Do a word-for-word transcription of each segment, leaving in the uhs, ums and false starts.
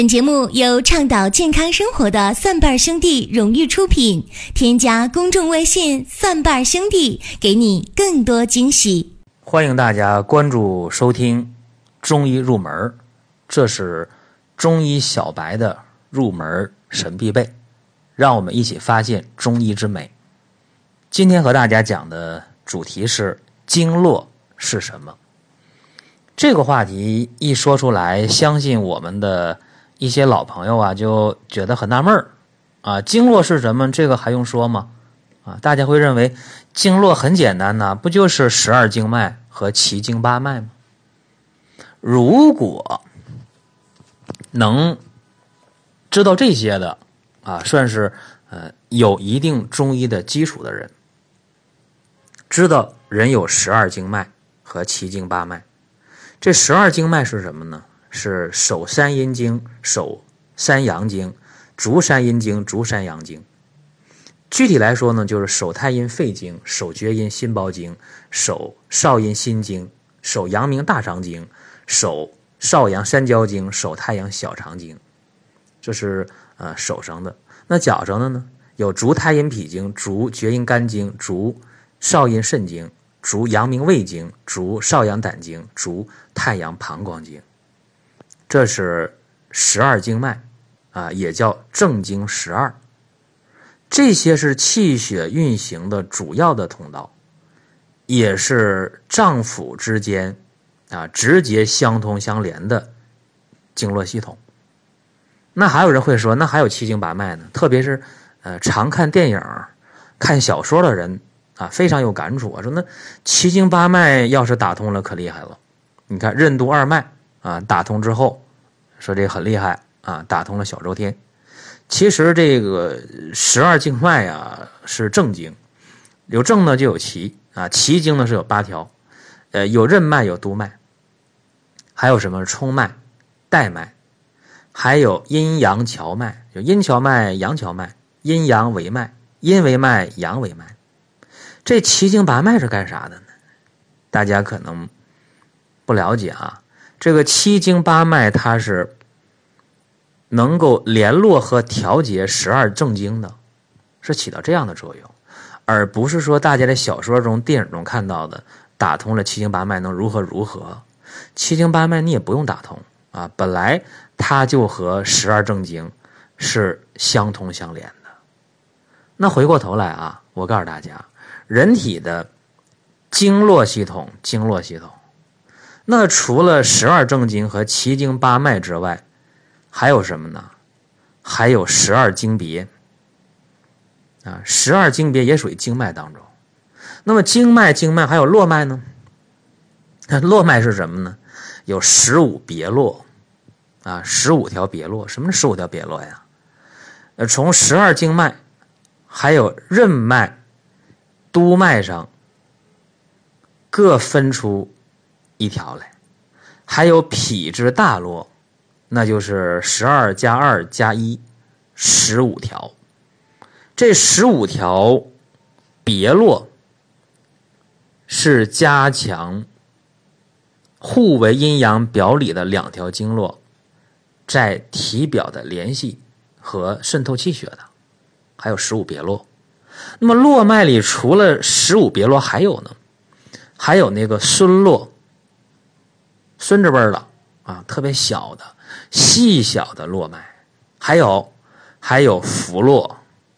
本节目由倡导健康生活的蒜瓣兄弟荣誉出品，添加公众微信蒜瓣兄弟，给你更多惊喜。 欢迎大家关注收听中医入门，这是中医小白的入门神必备，让我们一起发现中医之美。今天和大家讲的主题是经络是什么。这个话题一说出来，相信我们的一些老朋友啊就觉得很纳闷儿啊，经络是什么？这个还用说吗？啊，大家会认为经络很简单呐，不就是十二经脉和奇经八脉吗？如果能知道这些的啊，算是呃有一定中医的基础的人，知道人有十二经脉和奇经八脉。这十二经脉是什么呢？是手三阴经、手三阳经、足三阴经、足三阳经。具体来说呢，就是手太阴肺经、手厥阴心包经、手少阴心经、手阳明大肠经、手少阳三焦经、手太阳小肠经。这是呃手上的。那脚上的呢，有足太阴脾经、足厥阴肝经、足少阴肾经、足阳明胃经、足少阳胆经、足太阳膀胱经。这是十二经脉啊，也叫正经十二。这些是气血运行的主要的通道，也是脏腑之间啊直接相通相连的经络系统。那还有人会说，那还有七经八脉呢？特别是呃常看电影、看小说的人啊，非常有感触啊，说那七经八脉要是打通了，可厉害了。你看任督二脉啊，打通之后，说这很厉害啊，打通了小周天。其实这个十二经脉啊是正经，有正呢就有奇啊，奇经呢是有八条，呃有任脉有督脉，还有什么冲脉、带脉，还有阴阳荞脉，有阴荞脉、阳荞脉、阴阳维脉、阴维脉、阳维脉。这七经八脉是干啥的呢？大家可能不了解啊。这个七经八脉它是能够联络和调节十二正经的，是起到这样的作用，而不是说大家在小说中、电影中看到的打通了七经八脉能如何如何。七经八脉你也不用打通啊，本来它就和十二正经是相通相连的。那回过头来啊，我告诉大家，人体的经络系统，经络系统，那除了十二正经和奇经八脉之外，还有什么呢？还有十二经别啊，十二经别也属于经脉当中。那么经脉经脉还有络脉呢？络脉是什么呢？有十五别络啊，十五条别络。什么是十五条别络呀？呃，从十二经脉还有任脉、督脉上各分出一条来，还有脾之大络，那就是十二加二加一，十五条。这十五条别络是加强互为阴阳表里的两条经络在体表的联系和渗透气血的，还有十五别络。那么络脉里除了十五别络还有呢，还有那个孙络，孙子辈的啊，特别小的细小的络脉，还有还有浮络，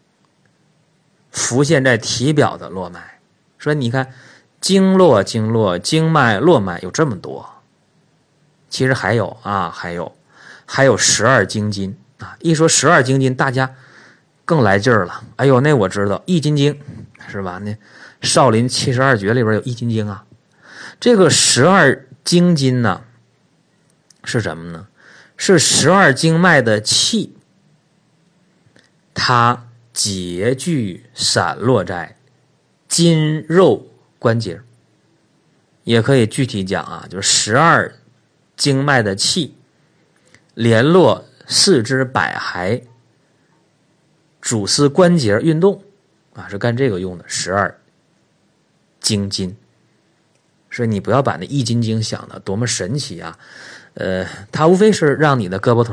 浮现在体表的络脉。所以你看经络经络经脉络脉有这么多。其实还有啊，还有还有十二经筋啊。一说十二经筋，大家更来劲儿了。哎呦，那我知道易筋经是吧？那少林七十二绝里边有易筋经啊。这个十二经筋呢是什么呢？是十二经脉的气，它结聚散落在筋肉关节。也可以具体讲啊，就是十二经脉的气联络四肢百骸，主司关节运动啊，是干这个用的。十二经筋，所以你不要把那易筋经想的多么神奇啊，呃，它无非是让你的胳膊腿儿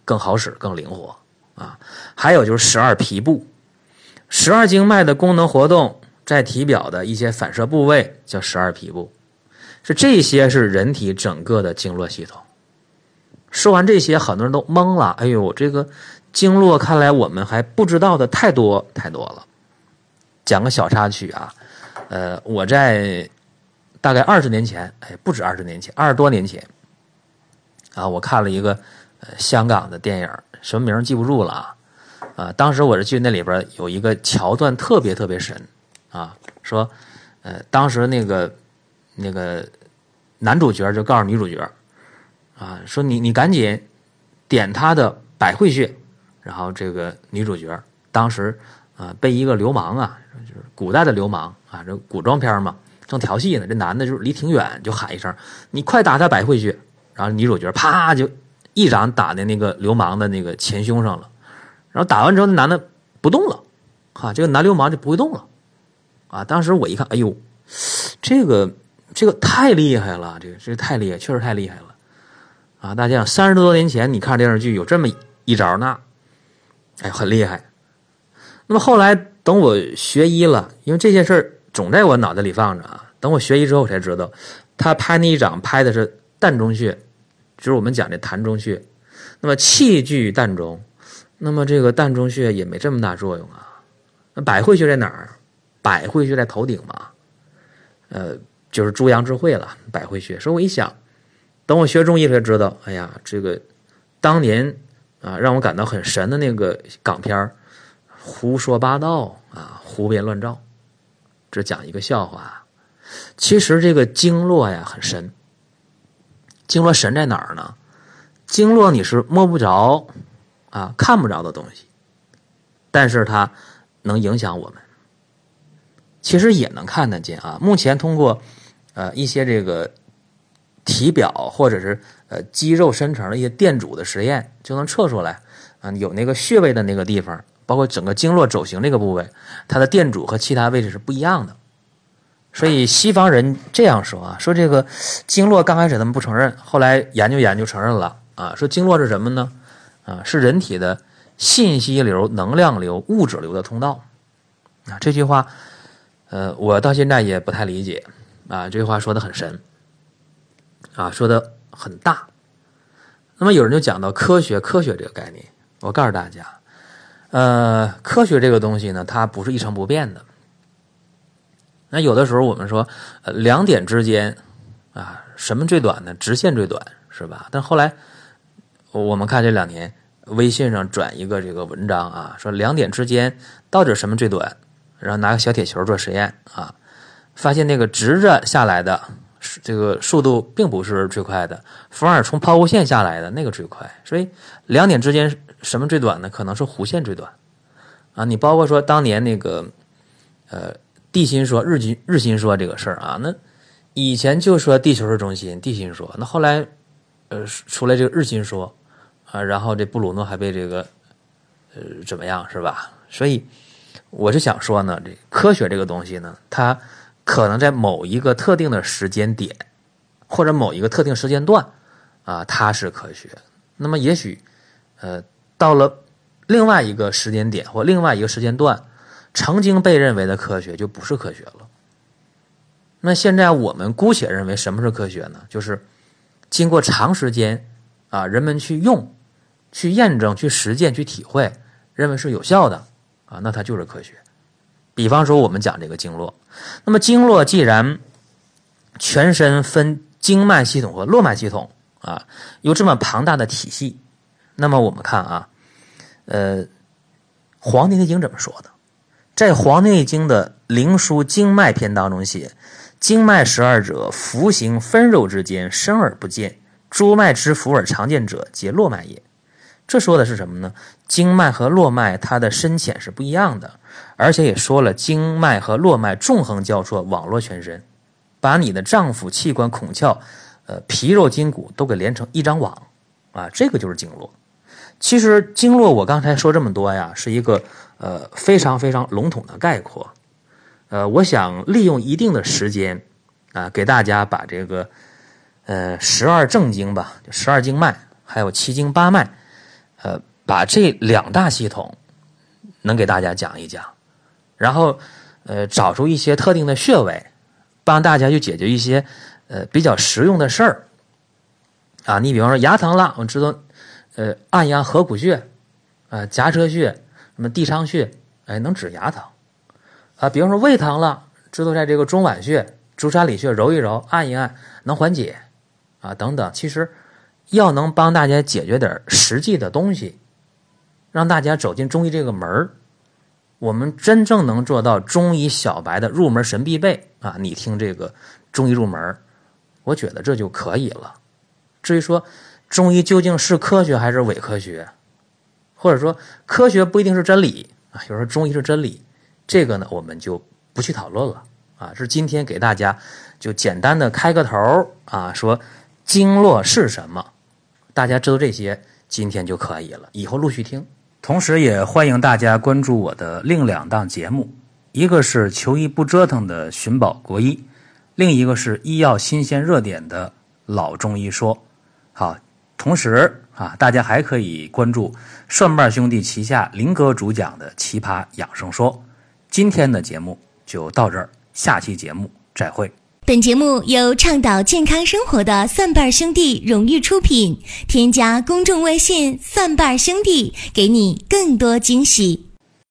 更好使、更灵活啊。还有就是十二皮部，十二经脉的功能活动在体表的一些反射部位叫十二皮部，是这些是人体整个的经络系统。说完这些，很多人都懵了，哎呦，这个经络看来我们还不知道的太多太多了。讲个小插曲啊，呃，我在大概二十年前，哎，不止二十年前，二十多年前啊，我看了一个呃香港的电影，什么名记不住了啊。啊，当时我是记得那里边有一个桥段特别特别神啊，说，呃，当时那个那个男主角就告诉女主角，啊，说你你赶紧点他的百会穴，然后这个女主角当时啊被一个流氓啊，就是古代的流氓啊，这古装片嘛，正调戏呢，这男的就离挺远就喊一声，你快打他百会穴，然后女主角啪就一掌打在那个流氓的那个前胸上了。然后打完之后，那男的不动了，啊，这个男流氓就不会动了，啊，当时我一看，哎呦，这个这个太厉害了，这个这个太厉害，确实太厉害了，啊，大家想三十多年前你看电视剧有这么一招，那，哎，很厉害。那么后来等我学医了，因为这件事儿总在我脑袋里放着啊，等我学医之后我才知道，他拍那一掌拍的是膻中穴，就是我们讲的膻中穴，那么气聚膻中。那么这个膻中穴也没这么大作用啊。那百会穴在哪儿？百会穴在头顶嘛，呃，就是诸阳之会了。百会穴，所以我一想，等我学中医才知道，哎呀，这个当年啊让我感到很神的那个港片胡说八道啊，胡编乱造。这讲一个笑话，其实这个经络呀很神。经络神在哪儿呢？经络你是摸不着。啊，看不着的东西，但是它能影响我们。其实也能看得见啊。目前通过呃一些这个体表或者是呃肌肉深层的一些电阻的实验，就能测出来啊，有那个穴位的那个地方，包括整个经络走行这个部位，它的电阻和其他位置是不一样的。所以西方人这样说啊，说这个经络刚开始他们不承认，后来研究研究承认了啊，说经络是什么呢？啊，是人体的信息流、能量流、物质流的通道。啊，这句话，呃，我到现在也不太理解。啊，这句话说的很神，啊，说的很大。那么有人就讲到科学，科学这个概念，我告诉大家，呃，科学这个东西呢，它不是一成不变的。那有的时候我们说，呃，两点之间，啊，什么最短呢？直线最短，是吧？但后来。我们看这两年微信上转一个这个文章啊，说两点之间到底什么最短，然后拿个小铁球做实验啊，发现那个直着下来的这个速度并不是最快的，反而从抛物线下来的那个最快。所以两点之间什么最短呢？可能是弧线最短啊。你包括说当年那个呃地心说、日心日心说这个事儿啊，那以前就说地球是中心，地心说，那后来呃出来这个日心说。啊，然后这布鲁诺还被这个呃怎么样是吧？所以我是想说呢，这科学这个东西呢，它可能在某一个特定的时间点或者某一个特定时间段啊，它是科学。那么也许呃到了另外一个时间点或另外一个时间段，曾经被认为的科学就不是科学了。那现在我们姑且认为什么是科学呢？就是经过长时间啊，人们去用。去验证、去实践、去体会，认为是有效的啊，那它就是科学。比方说，我们讲这个经络，那么经络既然全身分经脉系统和络脉系统啊，有这么庞大的体系，那么我们看啊，呃，《黄帝内经》怎么说的？在《黄帝内经》的灵枢经脉篇当中写：“经脉十二者，浮行分肉之间，生而不见。诸脉之浮而常见者，皆络脉也。”这说的是什么呢？经脉和络脉它的深浅是不一样的，而且也说了经脉和络脉纵横交错，网络全身，把你的脏腑器官孔窍呃皮肉筋骨都给连成一张网啊，这个就是经络。其实经络我刚才说这么多呀，是一个呃非常非常笼统的概括。呃我想利用一定的时间啊，给大家把这个呃十二正经吧，就十二经脉还有七经八脉呃，把这两大系统能给大家讲一讲，然后呃找出一些特定的穴位，帮大家去解决一些呃比较实用的事儿啊。你比方说牙疼了，我们知道呃按压合谷穴啊、颊车穴、什么地昌穴，哎，能止牙疼啊。比方说胃疼了，知道在这个中脘穴、足三里穴揉一揉、按一按，能缓解啊等等。其实要能帮大家解决点实际的东西，让大家走进中医这个门儿，我们真正能做到中医小白的入门神必备啊！你听这个中医入门，我觉得这就可以了。至于说中医究竟是科学还是伪科学，或者说科学不一定是真理啊，有时候中医是真理，这个呢我们就不去讨论了啊。是今天给大家就简单的开个头啊，说经络是什么，大家知道这些，今天就可以了，以后陆续听。同时也欢迎大家关注我的另两档节目，一个是求医不折腾的寻宝国医，另一个是医药新鲜热点的老中医说。好，同时啊，大家还可以关注蒜瓣兄弟旗下林哥主讲的奇葩养生说。今天的节目就到这儿，下期节目再会。 本节目由倡导健康生活的蒜瓣兄弟荣誉出品，添加公众微信蒜瓣兄弟，给你更多惊喜。